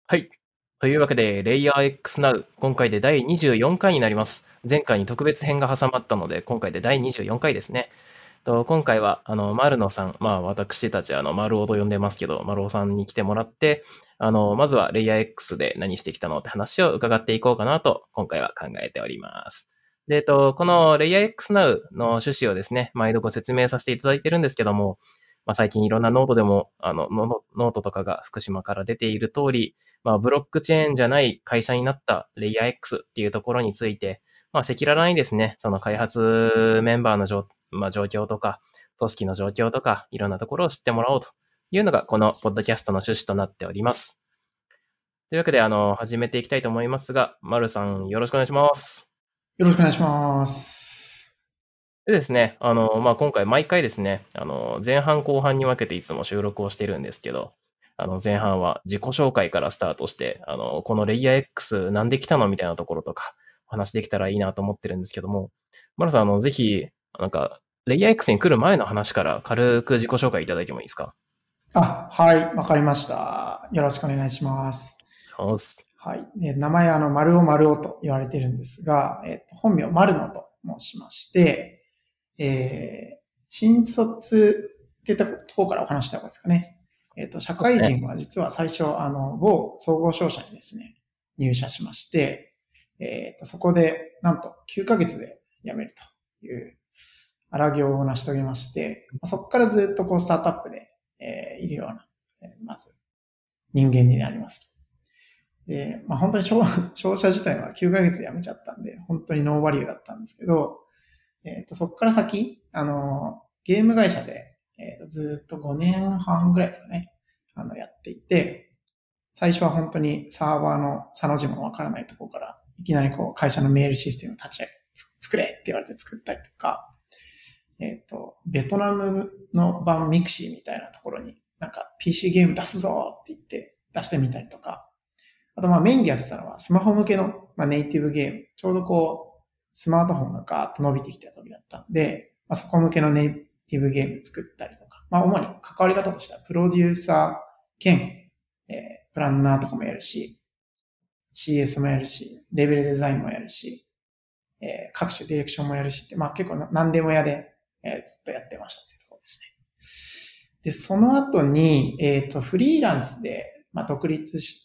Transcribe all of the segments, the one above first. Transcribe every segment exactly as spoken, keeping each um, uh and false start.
はい。というわけで、レイヤー X Now、今回でだいにじゅうよんかいになります。前回に特別編が挟まったので、今回でだいにじゅうよんかいですね。と今回は、あの、丸野さん、まあ、私たち、あの、丸尾と呼んでますけど、丸尾さんに来てもらって、あの、まずはレイヤー X で何してきたのって話を伺っていこうかなと、今回は考えております。で、えっと、このレイヤー X Now の趣旨をですね、毎度ご説明させていただいてるんですけども、まあ、最近いろんなノートでも、あの、ノノートとかが福島から出ている通り、まあ、ブロックチェーンじゃない会社になったレイヤー X っていうところについて、まあ、赤裸々にですね、その開発メンバーの状,、まあ、状況とか、組織の状況とか、いろんなところを知ってもらおうというのが、このポッドキャストの趣旨となっております。というわけで、あの、始めていきたいと思いますが、丸さん、よろしくお願いします。 よろしくお願いします。 でですね、あの、まあ、今回毎回ですね、あの、前半後半に分けていつも収録をしてるんですけど、あの、前半は自己紹介からスタートして、あの、このレイヤー X なんで来たのみたいなところとか、お話できたらいいなと思ってるんですけども、丸さん、あの、ぜひ、なんか、レイヤー X に来る前の話から軽く自己紹介いただいてもいいですか？ あ、はい、わかりました。よろしくお願いします。 はい。 はい。え名前、あの、丸尾丸尾と言われているんですが、えっと、本名、丸野と申しまして、えー、新卒っていったところからお話した方がいいですかね。えっと、社そうですね。 会人は実は最初、あの、某総合商社にですね、入社しまして、えっと、そこで、なんときゅうかげつで辞めるという荒行を成し遂げまして、そこからずっとこうスタートアップで、えー、いるような、えー、まず人間になります。で、まあ本当に商商社自体はきゅうかげつで辞めちゃったんで、本当にノーバリューだったんですけど、えっ、ー、と、そこから先、あの、ゲーム会社で、えー、とずっとごねんはんぐらいですかね、あの、やっていて、最初は本当にサーバーのさの字もわからないところから、いきなりこう会社のメールシステムを立ち上げ、作れって言われて作ったりとか、えっ、ー、と、ベトナムの版ミクシーみたいなところに、なんか ピーシー ゲーム出すぞって言って出してみたりとか、あとまあメインでやってたのはスマホ向けの、まあ、ネイティブゲーム。ちょうどこう、スマートフォンがガーッと伸びてきた時だったんで、まあ、そこ向けのネイティブゲーム作ったりとか、まあ主に関わり方としてはプロデューサー兼、えー、プランナーとかもやるし、シーエス もやるし、レベルデザインもやるし、えー、各種ディレクションもやるしって、まあ結構何でもやで、えー、ずっとやってましたっていうところですね。で、その後に、えっ、ー、と、フリーランスで、まあ、独立して、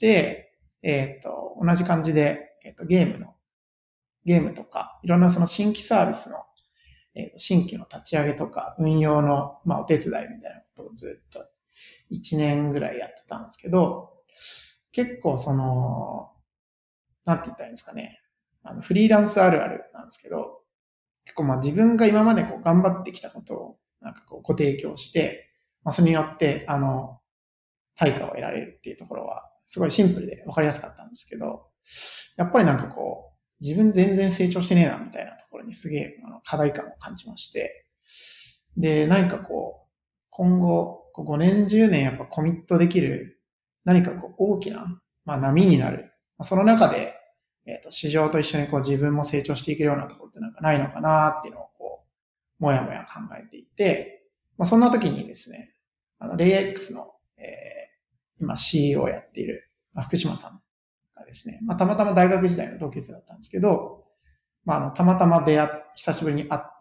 えっ、ー、と、同じ感じで、えっ、ー、と、ゲームの、ゲームとか、いろんなその新規サービスの、えっ、と、新規の立ち上げとか、運用の、まあ、お手伝いみたいなことをずっといちねんぐらいやってたんですけど、結構その、なんて言ったらいいんですかね。あの、フリーランスあるあるなんですけど、結構まあ自分が今までこう頑張ってきたことをなんかこうご提供して、まあそれによって、あの、対価を得られるっていうところは、すごいシンプルで分かりやすかったんですけど、やっぱりなんかこう、自分全然成長してねえなみたいなところにすげえ課題感を感じまして、で、何かこう、今後ごねん、じゅうねんやっぱコミットできる何かこう大きな、まあ、波になる。その中で、えっ、ー、と、市場と一緒にこう自分も成長していけるようなところってなんかないのかなっていうのをこう、もやもや考えていて、まあ、そんな時にですね、あの、レイ X の、えー、今 シーイーオー をやっている、まあ、福島さんがですね、まあ、たまたま大学時代の同級生だったんですけど、まあ、あの、たまたま出会っ、久しぶりに会って、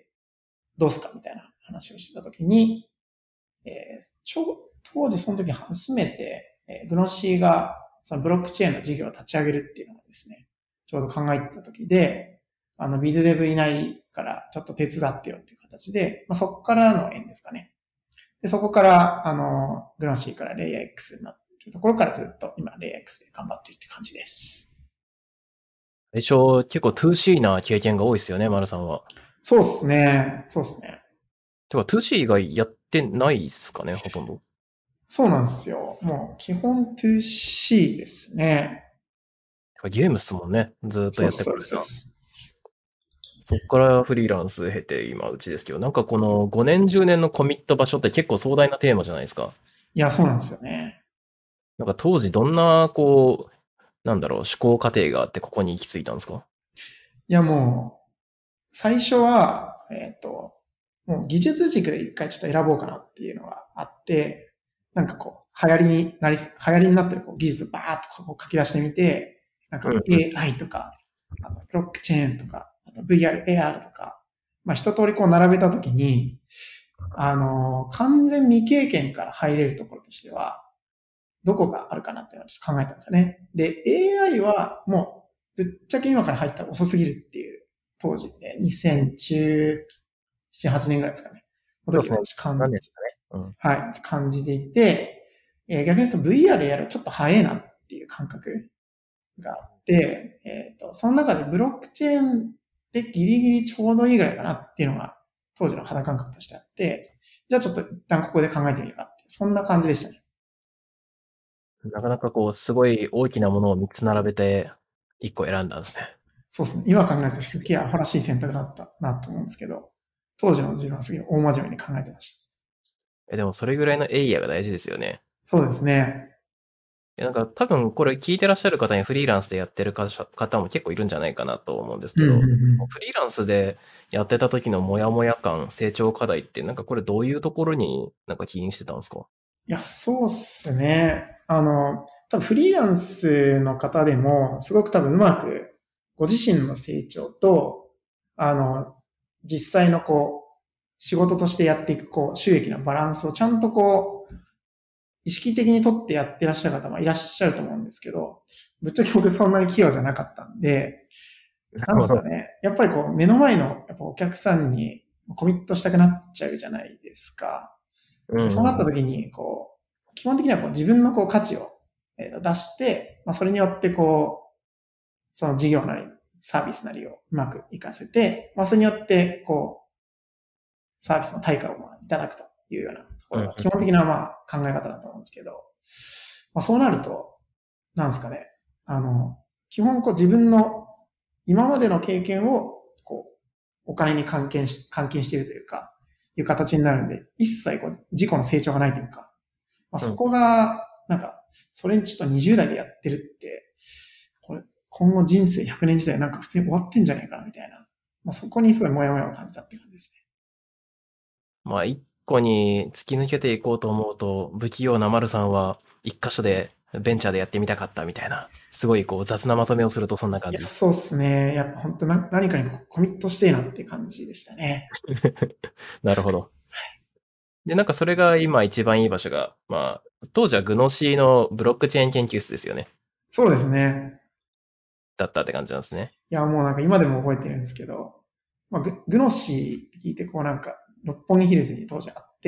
どうすかみたいな話をしてた時に、えー、ちょ当時その時初めて、えー、グノシーがそのブロックチェーンの事業を立ち上げるっていうのをですね、ちょうど考えてた時で、あの、ビズデブいないからちょっと手伝ってよっていう形で、まあ、そこからの縁ですかね。で、そこから、あの、グノシーからレイヤー X になっているところからずっと今レイヤー X で頑張っているって感じです。 最初、結構 ツーシー な経験が多いですよね、丸さんは。 そうっすね。そうっすね。 てか ツーシー 以外やってないっすかね、ほとんど。 そうなんですよ。もう基本 ツーシー ですね。 てかゲームっすもんね、ずっとやってそうっす、そうです、 こられた。 そうです。 そっからフリーランス経て今うちですけど、なんかこのごねんじゅうねんのコミット場所って結構壮大なテーマじゃないですか。 いや、そうなんですよね。 なんか当時どんな、こう、なんだろう、思考過程があってここに行き着いたんですか？ いや、もう、最初は、えっ、と、もう技術軸で一回ちょっと選ぼうかなっていうのがあって、なんかこ流行りになり、流行りになってるこう技術をバーっとこう書き出してみて、なんかうんうん。 エーアイ とか、あのブロックチェーンとか、あと ブイアール、エーアール とか、まあ一通りこう並べたときに、あの、完全未経験から入れるところとしては、どこがあるかなっていうのをちょっと考えたんですよね。で、エーアイ はもう、ぶっちゃけ今から入ったら遅すぎるっていう、当時、ね、にせんじゅうなな、はちねんぐらいですかね。のそうですね。 時私感じ、 何ですかね。うん。 はい、感じていて、えー逆に言うと ブイアール やるちょっと早いなっていう感覚があって、えっ、と、その中でブロックチェーンでギリギリちょうどいいぐらいかなっていうのが当時の肌感覚としてあって、じゃあちょっと一旦ここで考えてみるかっていう、そんな感じでしたね。 なかなかこう、すごい大きなものをみっつ並べて、いっこ選んだんですね。 そうですね。今考えるとすっげえアホらしい選択だったなと思うんですけど、当時の自分はすげえ大真面目に考えてました。 え、でもそれぐらいのエイヤーが大事ですよね。 そうですね。 えなんか多分これ聞いてらっしゃる方にフリーランスでやってる方方も結構いるんじゃないかなと思うんですうんうんうけど、 ん。 フリーランスでやってた時のモヤモヤ感、成長課題って、なんかこれどういうところになんか気にしてたんですか？ いや、そうっすね。あの、多分フリーランスの方でも、すごく多分うまく、ご自身の成長と、あの、実際のこう、仕事としてやっていく、こう、収益のバランスをちゃんとこう、意識的にとってやってらっしゃる方もいらっしゃると思うんですけど、ぶっちゃけ僕そんなに器用じゃなかったんで、なんですかね。やっぱりこう、目の前のやっぱお客さんにコミットしたくなっちゃうじゃないですか。 うんでそうなったうん。 時に、こう、基本的にはこう自分のこう価値をえー出して、まあ、それによってこう、その事業なり、サービスなりをうまく活かせて、まあ、それによって、こう、サービスの対価をまあいただくというようなとこうんうん。 ろが基本的なまあ考え方だと思うんですけど、まあ、そうなると、なんですかね。あの、基本こう自分の今までの経験を、こう、お金に関係し、関係しているというか、いう形になるんで、一切こう、自己の成長がないというか、まあ、 うん。 そこが、なんか、それにちょっとにじゅう代でやってるって、これ、今後人生ひゃくねん時代なんか普通に終わってんじゃないかな、みたいな。まあ、そこにすごいモヤモヤを感じたって感じですまあ、一個に突き抜けていこうと思うと、不器用な丸さんは一箇所でベンチャーでやってみたかったみたいな、すごいこう雑なまとめをするとそんな感ね。いや、 じ。 そうっすね。やっぱ本当な何かにコミットしてえなって感じでしたね。 なるほど。で、なんかそれが今一番いい場所が、まあ、当時はグノシーのブロックチェーン研究室ですよね。 そうですね。 だったって感じなんですね。 いや、もうなんか今でも覚えてるんですけど、まあ、ググノシーって聞いて、こうなんか、六本木ヒルズに当時あって、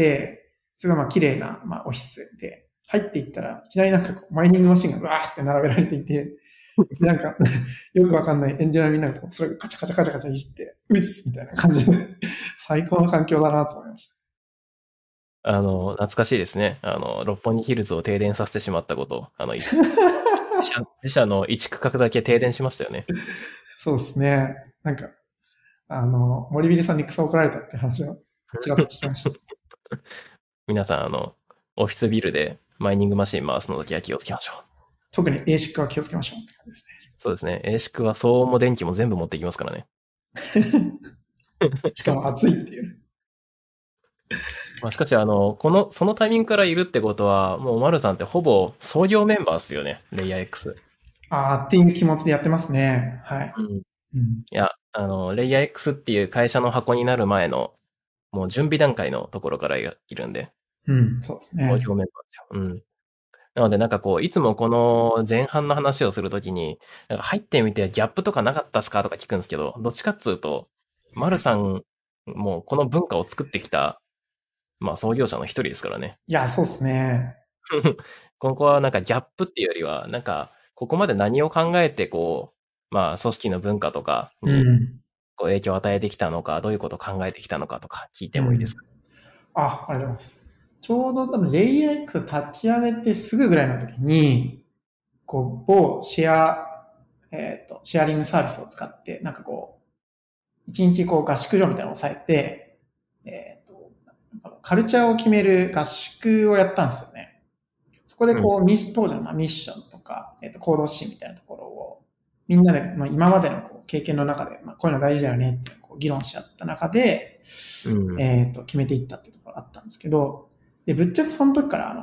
すごいまあ綺麗な、まあ、オフィスで、入っていったらいきなりなんかこうマイニングマシンがわーって並べられていて、でなんか、よくわかんないエンジニアみんながこうそれがカチャカチャカチャカチャいじって、うっすみたいな感じで、最高の環境だなと思いましあの、懐かしいですね。あの、六本木ヒルズを停電させてしまったこと。あの、い自社、 た。 自社の一区画だけ停電しましたよね。 そうですね。なんか、あの、森ビルさんに草を怒られたって話をちらっと聞きました。 皆さん、あの、オフィスビルでマイニングマシン回すのだけは気をつけましょう。 特に エーシック は気をつけましょうって感じですそうですね。エーシックは騒音も電気も全部持ってきますからね。 ね。しかも暑いっていう。 まあ、しかし、あの、この、そのタイミングからいるってことは、もう丸さんってほぼ創業メンバーっすよね。レイヤー X。 あーっていう気持ちでやってますね。はい。 うん。いうん。 や、あの、レイヤー X っていう会社の箱になる前の、もう準備段階のところからいいるんで、 うん、そうですね。 創業メンバーですよ。うん。なので、なんかこう、いつもこの前半の話をするときに、なんか入ってみてギャップとかなかったっすかとか聞くんですけど、どっちかっつうと、丸さん、もうこの文化を作ってきた、まあ創業者の一人ですからね。 いや、そうですね。 ここはなんかギャップっていうよりは、なんか、ここまで何を考えてこう、まあ組織の文化とかにうん。 こう影響を与えてきたのか、どういうことを考えてきたのかとか聞いてうん。 もいいですか？ あ、ありがとうございます。ちょうど多分、レイヤー X 立ち上げてすぐぐらいの時に、こう、某シェア、えっ、と、シェアリングサービスを使って、なんかこう、一日こう合宿所みたいなのを抑えて、えっ、と、カルチャーを決める合宿をやったんですよね。そこでうん。 こう、ミッシ当時のまあミッションとか、えっ、と、行動指針みたいなところを、みんなで、まあ、今までのこう経験の中で、まあ、こういうの大事だよねってこう議論し合った中で、 うん。 えっ、と、決めていったっていうところがあったんですけど、で、ぶっちゃけその時から、あの、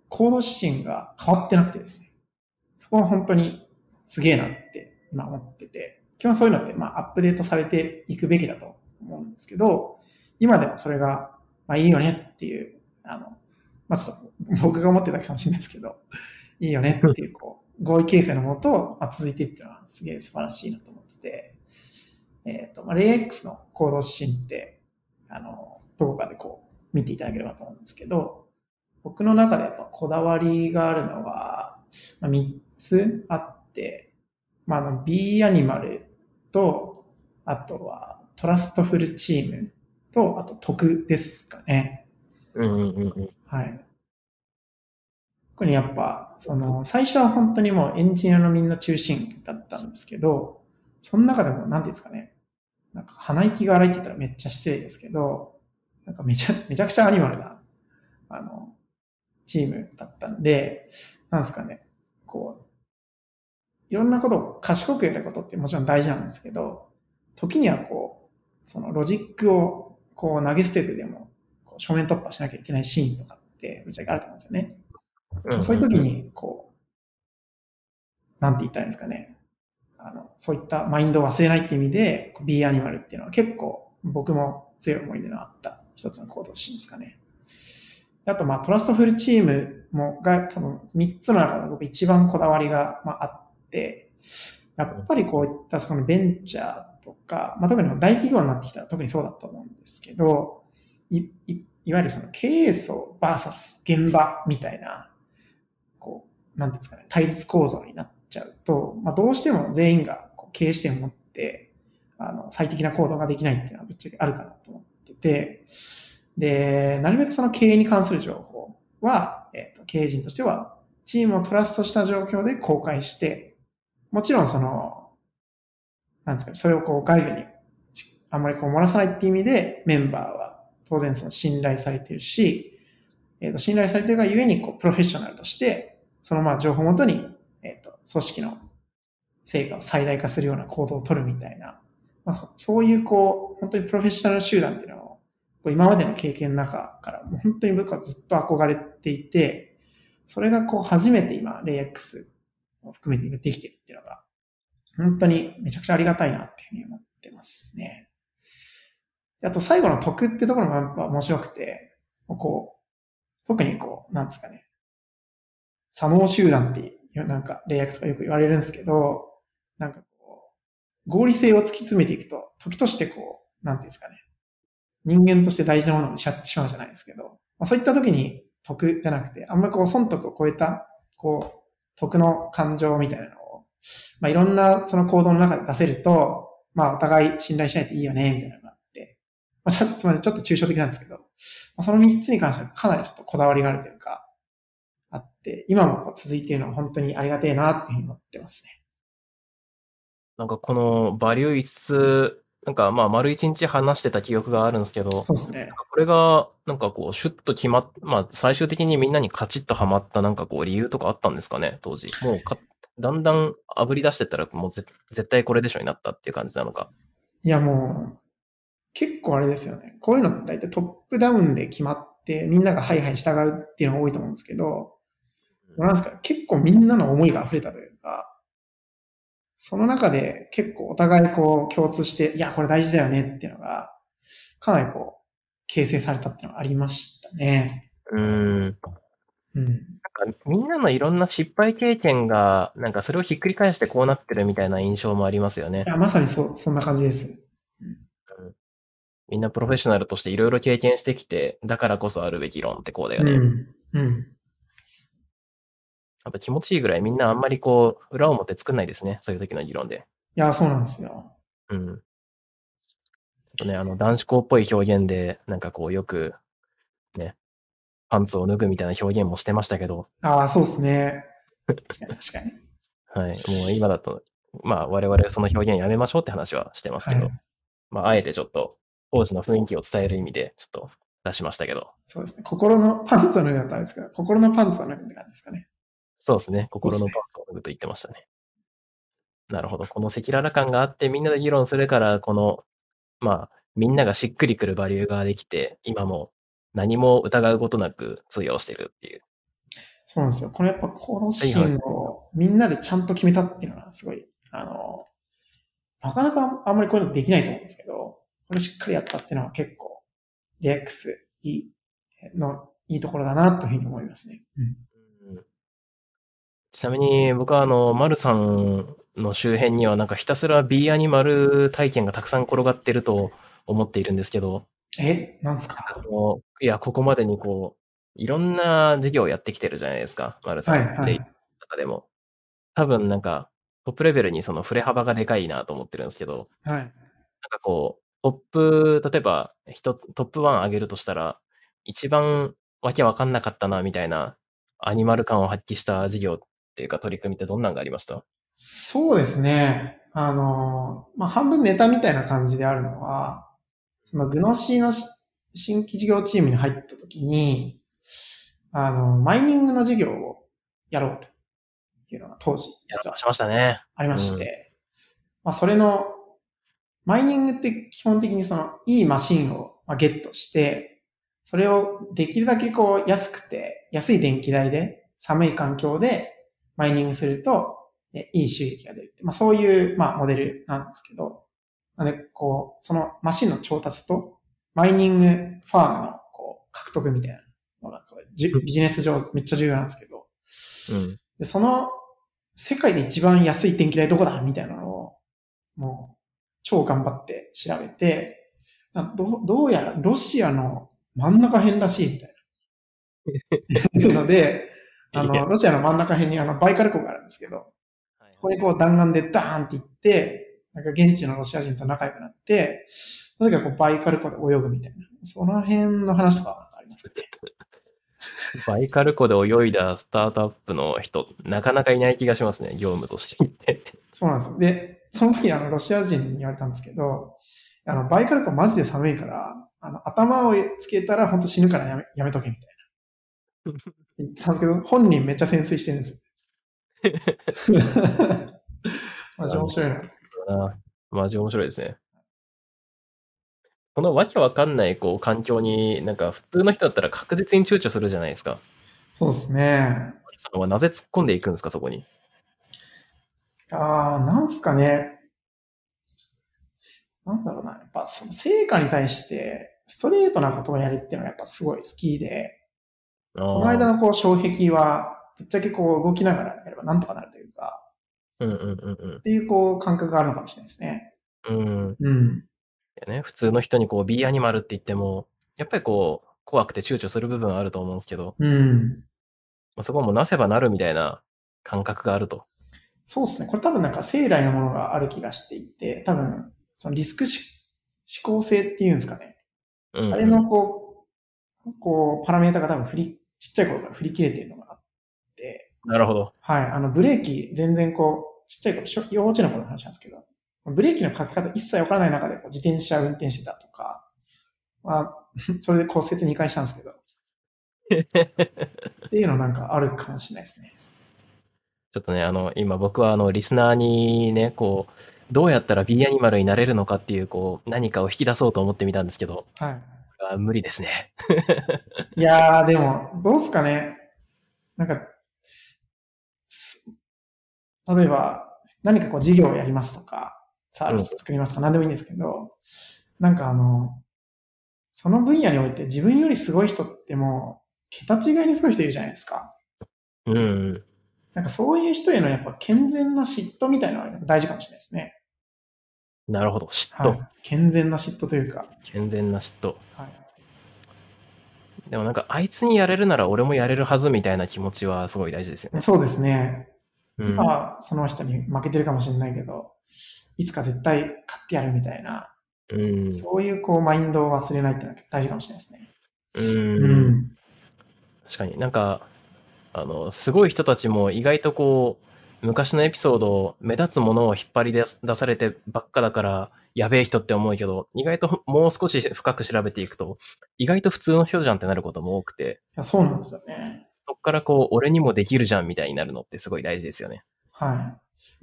コード指針が変わってなくてですね、そこは本当にすげえなって今思ってて、基本そういうのってまあアップデートされていくべきだと思うんですけど、今でもそれがまあいいよねっていう、あの、まあちょっと僕が思ってたかもしれないですけど、いいよねっていうこう合意形成のもと、まあ、続いているっていうのはすげえ素晴らしいなと思ってて、えっ、ー、と、まあ、レイエックス のコード指針って、あの、どこかでこう見ていただければと思うんですけど、僕の中でやっぱこだわりがあるのは、まあ、みっつあって、まあ、あの B アニマルと、あとはトラストフルチームと、あと徳ですかね。 うんうんうんうん。 はい。特にやっぱ、その、最初は本当にもうエンジニアのみんな中心だったんですけど、その中でも、なんていうんですかね、なんか鼻息が荒いって言ったらめっちゃ失礼ですけど、なんかめちゃ、めちゃくちゃアニマルな、あの、チームだったんで、なんですかね、こう、いろんなことを賢くやることってもちろん大事なんですけど、時にはこう、そのロジックをこう投げ捨ててでも、こう正面突破しなきゃいけないシーンとかってぶっちゃけあると思うんですよね。 うんうんうん、 そういう時に、こう、なんて言ったらいいんですかね。あの、そういったマインドを忘れないっていう意味で、B アニマルっていうのは結構僕も強い思い出のあった一つの行動シーンですかね。あと、まあ、トラストフルチームもが多分みっつの中で僕一番こだわりが、まあ、あって、やっぱりこういったそのベンチャーとか、まあ、特に大企業になってきたら特にそうだと思うんですけど、い、い、いわゆるその経営層 ブイエス 現場みたいな、こう、なんていうんですかね、対立構造になっちゃうと、まあ、どうしても全員がこう経営視点を持って、あの、最適な行動ができないっていうのはぶっちゃけあるかなと思ってて、で、なるべくその経営に関する情報は、えっと、経営陣としては、チームをトラストした状況で公開して、もちろんその、なんですかね、それをこう外部にあんまりこう漏らさないっていう意味で、メンバーは当然その信頼されているし、えっと、信頼されているがゆえに、こう、プロフェッショナルとして、そのまあ情報をもとに、えっと、組織の成果を最大化するような行動を取るみたいな、まあ、そういうこう、本当にプロフェッショナル集団っていうのを、今までの経験の中からもう本当に僕はずっと憧れていて、それがこう初めて今、レイエックスを含めてできてるっていうのが、本当にめちゃくちゃありがたいなっていうふうに思ってますね。あと最後の得ってところもやっぱ面白くて、こう、特にこう、なんですかね、左脳集団ってなんか例訳とかよく言われるんですけど、なんかこう、合理性を突き詰めていくと、時としてこう、なんていうんですかね、人間として大事なものを失ってしまうじゃないですけど、まあ、そういった時に得じゃなくて、あんまりこう損得を超えた、こう、得の感情みたいなのを、まあ、いろんなその行動の中で出せると、まあ、お互い信頼しないといいよね、みたいなのがあって、まあ、ちょっとすみません、ちょっと抽象的なんですけど、まあ、そのみっつに関してはかなりちょっとこだわりがあるというか、あって、今もこう続いているのは本当にありがてえなっていうふうに思ってますね。 なんかこのバリューいつつ、なんかまあ丸一日話してた記憶があるんですけど、 そうですね。 これがなんかこうシュッと決まっ、まあ最終的にみんなにカチッとハマったなんかこう理由とかあったんですかね、当時。もうか、だんだん炙り出してったらもうぜ絶対これでしょになったっていう感じなのか。 いやもう、結構あれですよね。こういうのって大体トップダウンで決まって、みんながハイハイ従うっていうのが多いと思うんですけど、なんですか、結構みんなの思いが溢れたというか、その中で結構お互いこう共通して、いや、これ大事だよねっていうのが、かなりこう、形成されたっていうのがありましたね。 うーん。 うん。 なんかみんなのいろんな失敗経験が、なんかそれをひっくり返してこうなってるみたいな印象もありますよね。 いや、まさにそう、そんな感じです。うん、 うん、みんなプロフェッショナルとしていろいろ経験してきて、だからこそあるべき論ってこうだよね。 うん。うん。 やっぱ気持ちいいぐらいみんなあんまりこう、裏表作んないですね。そういう時の議論で。 いや、そうなんですよ。 うん。ちょっとね、あの、男子校っぽい表現で、なんかこう、よく、ね、パンツを脱ぐみたいな表現もしてましたけど、 ああ、そうですね。確かに確かに。 はい。もう今だと、まあ、我々その表現やめましょうって話はしてますけど、 はい。 まあ、あえてちょっと、当時の雰囲気を伝える意味で、ちょっと出しましたけど、 そうですね。心のパンツを脱ぐだったらあれですけど、心のパンツを脱ぐって感じですかね。 そうですね。 そうですね。 心のパンツを脱ぐと言ってましたね。なるほど。この赤裸々感があって、みんなで議論するから、この、まあ、みんながしっくりくるバリューができて、今も何も疑うことなく通用してるっていう。 そうなんですよ。これやっぱこのシはいはい。 ーンをみんなでちゃんと決めたっていうのがすごい、あの、なかなかあんまりこういうのできないと思うんですけど、これしっかりやったっていうのは結構、ディーエックス いいの、いいところだなというふうに思いますね。うん。 うん、ちなみに僕はあの、マルさんの周辺にはなんかひたすら B アニマル体験がたくさん転がってると思っているんですけど、 え、なんですなんかか？ その、いや、ここまでにこう、いろんな事業をやってきてるじゃないですか、マルさはい、 ん、レイのはい、 中でも。多分なんか、トップレベルにその振れ幅がでかいなと思ってるんですけど、 はい。 なんかこう、トップ、例えば、人トップワン上げるとしたら、一番わけわかんなかったなみたいな、アニマル感を発揮した事業っていうか取り組みってどんなんがありました？ そうですね。あの、まあ、半分ネタみたいな感じであるのは、そのグノシーのし新規事業チームに入った時に、あの、マイニングの事業をやろうというのが当時実はやらかしましたね。 ありまうん。 して、まあ、それの、マイニングって基本的にその、いいマシンをまあゲットして、それをできるだけこう安くて、安い電気代で寒い環境でマイニングすると、えいい収益が出るって。まあそういう、まあモデルなんですけど、なので、こう、そのマシンの調達と、マイニングファームのこう獲得みたいなのがこうじビジネス上めっちゃ重要なんですけど、 うん。 でその世界で一番安い電気代どこだみたいなのを、もう、超頑張って調べて、どどうやらロシアの真ん中辺らしいみたいな。いうので、あの、 いや、 ロシアの真ん中辺にあのバイカル湖があるんですけど、 はいはい。 そこにこう弾丸でダーンって行って、なんか現地のロシア人と仲良くなって、なぜかこうバイカル湖で泳ぐみたいな、その辺の話とかありますかね。 バイカル湖で泳いだスタートアップの人、なかなかいない気がしますね、業務として言ってて。 そうなんですよ。で、その時にあのロシア人に言われたんですけど、あの、バイカル湖マジで寒いから、あの、頭をつけたら本当死ぬからやめやめとけみたいな。言ってたんですけど、本人めっちゃ潜水してるんですよ。マジ面白いな。 あ、マジ面白いですね。このわけわかんないこう環境に、なんか普通の人だったら確実に躊躇するじゃないですか。 そうですね。 さんはなぜ突っ込んでいくんですか、そこに。 ああ、なんすかね。なんだろうな。やっぱその成果に対してストレートなことをやるっていうのがやっぱすごい好きで、 あその間あ。 のこう障壁はぶっちゃけこう動きながらやればなんとかなるというか、 うんうんうんっていうこう感覚があるのかもしれないですね。 うん。うん。 うん。 ね、普通の人にこう B アニマルって言っても、やっぱりこう、怖くて躊躇する部分はあると思うんですけど、 うん。 ま、そこはもうなせばなるみたいな感覚があると。 そうですね。これ多分なんか生来のものがある気がしていて、多分そのリスクし思考性っていうんですかね。あれのうんうん。 こう、こう、パラメータが多分振り、ちっちゃい頃から振り切れているのがあって、 なるほど。 はい。あの、ブレーキ、全然こう、ちっちゃい頃、しょ幼稚園の頃の話なんですけど、ブレーキのかけ方一切わからない中でこう自転車運転してたとか、まあ、それで骨折にかいしたんですけど、っていうのなんかあるかもしれないですね。 ちょっとね、あの、今僕はあの、リスナーにね、こう、どうやったら B アニマルになれるのかっていう、こう、何かを引き出そうと思ってみたんですけど、 はい。 あ、無理ですね。 いやー、でも、どうすかね。なんか、例えば、何かこう事業をやりますとか、サーうん。 ビスを作りますとか、何でもいいんですけど、なんかあの、その分野において自分よりすごい人ってもう、桁違いにすごい人いるじゃないですか。 うん。 なんかそういう人へのやっぱ健全な嫉妬みたいなのが大事かもしれないですね。 なるほど。嫉はい。 妬。 健全な嫉妬というか。 健全な嫉妬。 はい。 でもなんか、あいつにやれるなら俺もやれるはずみたいな気持ちはすごい大事ですよね。 そうですね。今うん。 はその人に負けてるかもしれないけど、いつか絶対勝ってやるみたいな、 うん。 そういうこうマインドを忘れないっていうのは大事かもしれないですね。 ううん。 ん。 確かになんか、あの、すごい人たちも意外とこう、昔のエピソードを目立つものを引っ張り出す出されてばっかだから、やべえ人って思うけど、意外ともう少し深く調べていくと、意外と普通の人じゃんってなることも多くて、 いや、そうなんですよね。 そっからこう、俺にもできるじゃんみたいになるのってすごい大事ですよね。 はい。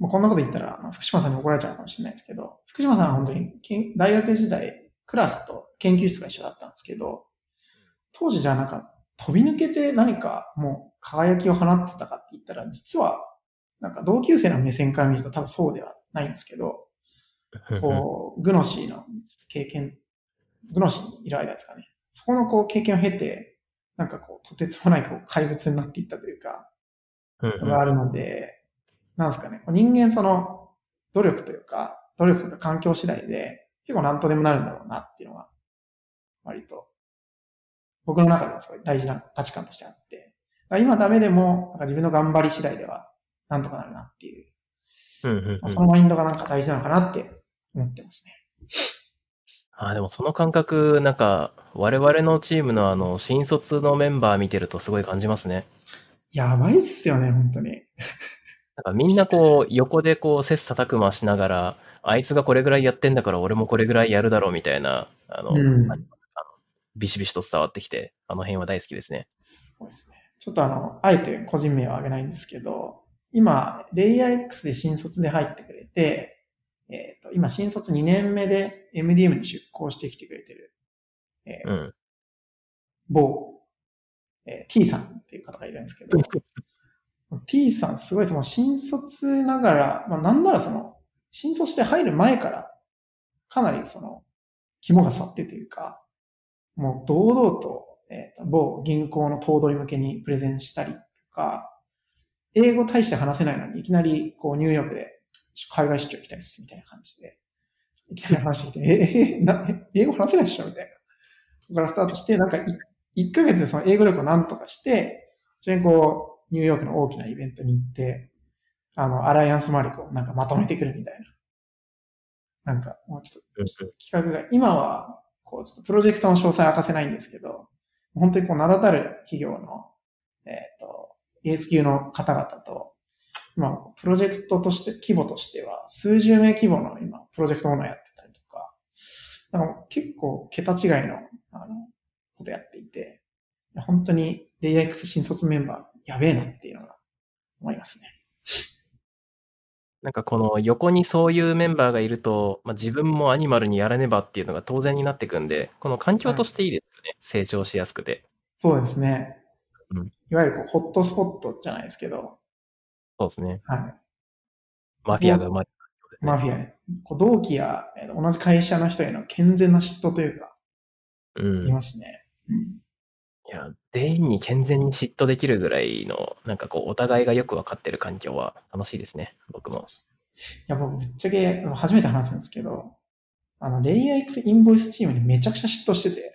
もうこんなこと言ったら、福島さんに怒られちゃうかもしれないですけど、福島さんは本当に大学時代、クラスと研究室が一緒だったんですけど、当時じゃあなんか飛び抜けて何かも輝きを放ってたかって言ったら、実は、なんか同級生の目線から見ると多分そうではないんですけど、こう、グノシーの経験、グノシーにいる間ですかね。そこのこう経験を経て、なんかこう、とてつもないこう怪物になっていったというか、があるので、なんですかね、人間その努力というか、努力とか環境次第で結構何とでもなるんだろうなっていうのが、割と僕の中でもすごい大事な価値観としてあって、今ダメでもなんか自分の頑張り次第ではなんとかなるなっていう、 うんうんうん、 そのマインドがなんか大事なのかなって思ってますね。 あ、でもその感覚、なんか我々のチームのあの新卒のメンバー見てるとすごい感じますね。 やばいっすよね、本当に。 なんかみんなこう横でこう切磋琢磨しながら、あいつがこれぐらいやってんだから俺もこれぐらいやるだろうみたいな、あの、 うん。 あのビシビシと伝わってきて、あの辺は大好きですね。 すごいですね。ちょっとあの、あえて個人名は挙げないんですけど、今、レイヤー X で新卒で入ってくれて、えっ、と、今新卒にねんめで エムディーエム に出向してきてくれてる、えー、 うん。 某、えー、T さんっていう方がいるんですけど、T さんすごいその新卒ながら、まあなんならその、新卒で入る前から、かなりその、肝が据わってというか、もう堂々と、えー、某銀行の頭取向けにプレゼンしたりとか、英語大して話せないのに、いきなりこうニューヨークで海外出張行きたいです、みたいな感じで、いきなり話してきて、え、え、な、英語話せないっしょみたいな。そこからスタートして、なんかいっかげつでその英語力をなんとかして、それにこう、ニューヨークの大きなイベントに行って、あの、アライアンスマリコをなんかまとめてくるみたいな。なんか、もうちょっと企画が、今は、こう、ちょっとプロジェクトの詳細は明かせないんですけど、本当にこう、名だたる企業の、えっ、ー、と、エース級の方々と、まあ、プロジェクトとして、規模としては、数十名規模の今、プロジェクトものをやってたりとか、だから結構、桁違いの、あの、ことやっていて、本当に レイヤー X 新卒メンバー、やべえなっていうのが思いますね。 なんかこの横にそういうメンバーがいると、まあ、自分もアニマルにやらねばっていうのが当然になってくんで、この環境としていいですよね。はい、成長しやすくて。 そうですね。 うん、 いわゆるこうホットスポットじゃないですけど、 そうですね。 はい。 マフィアが生まれる、 ね、マフィアね。同期や同じ会社の人への健全な嫉妬というか、うん、いますね。うん、 いや、全員に健全に嫉妬できるぐらいの、なんかこう、お互いがよくわかってる環境は楽しいですね、僕も。そうです。 いや、僕、ぶっちゃけ、初めて話すんですけど、あの、レイヤー X インボイスチームにめちゃくちゃ嫉妬してて、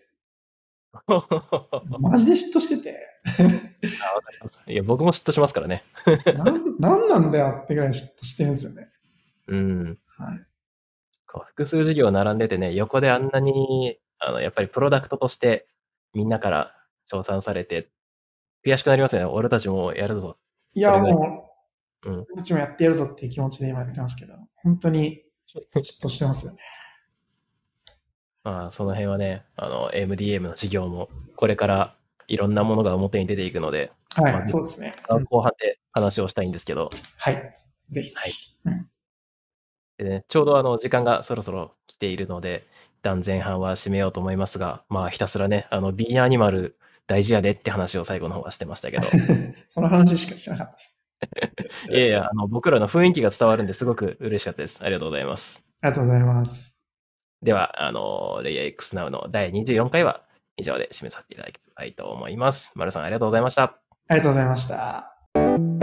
マジで嫉妬してて。 あ、わかります。いや、僕も嫉妬しますからね。 なん、なんなんだよってぐらい嫉妬してるんですよね。 うん。 はい。 こう複数事業並んでてね、横であんなに、あの、やっぱりプロダクトとしてみんなから称賛されて、悔しくなりますよね。俺たちもやるぞ。 いや、もう、うん。 俺たちもやってやるぞっていう気持ちで今やってますけど、本当に嫉妬してますよね。 まあ、その辺はね、あの、エムディーエム の事業も、これからいろんなものが表に出ていくので、 はい、 まあ、 そうですね。 後半で話をしたいんですけど。 はい、ぜひ。 はい。 うん、 でね、ちょうどあの、時間がそろそろ来ているので、一旦前半は締めようと思いますが、まあ、ひたすらね、あの、ビーアニマル大事やでって話を最後の方はしてましたけど。 その話しかしてなかったです。 いやいや、あの、僕らの雰囲気が伝わるんですごく嬉しかったです。ありがとうございます。 ありがとうございます。 では、あの、レイヤー X Now のだいにじゅうよんかいは以上で締めさせていただきたいと思います。丸さん、ありがとうございました。 ありがとうございました。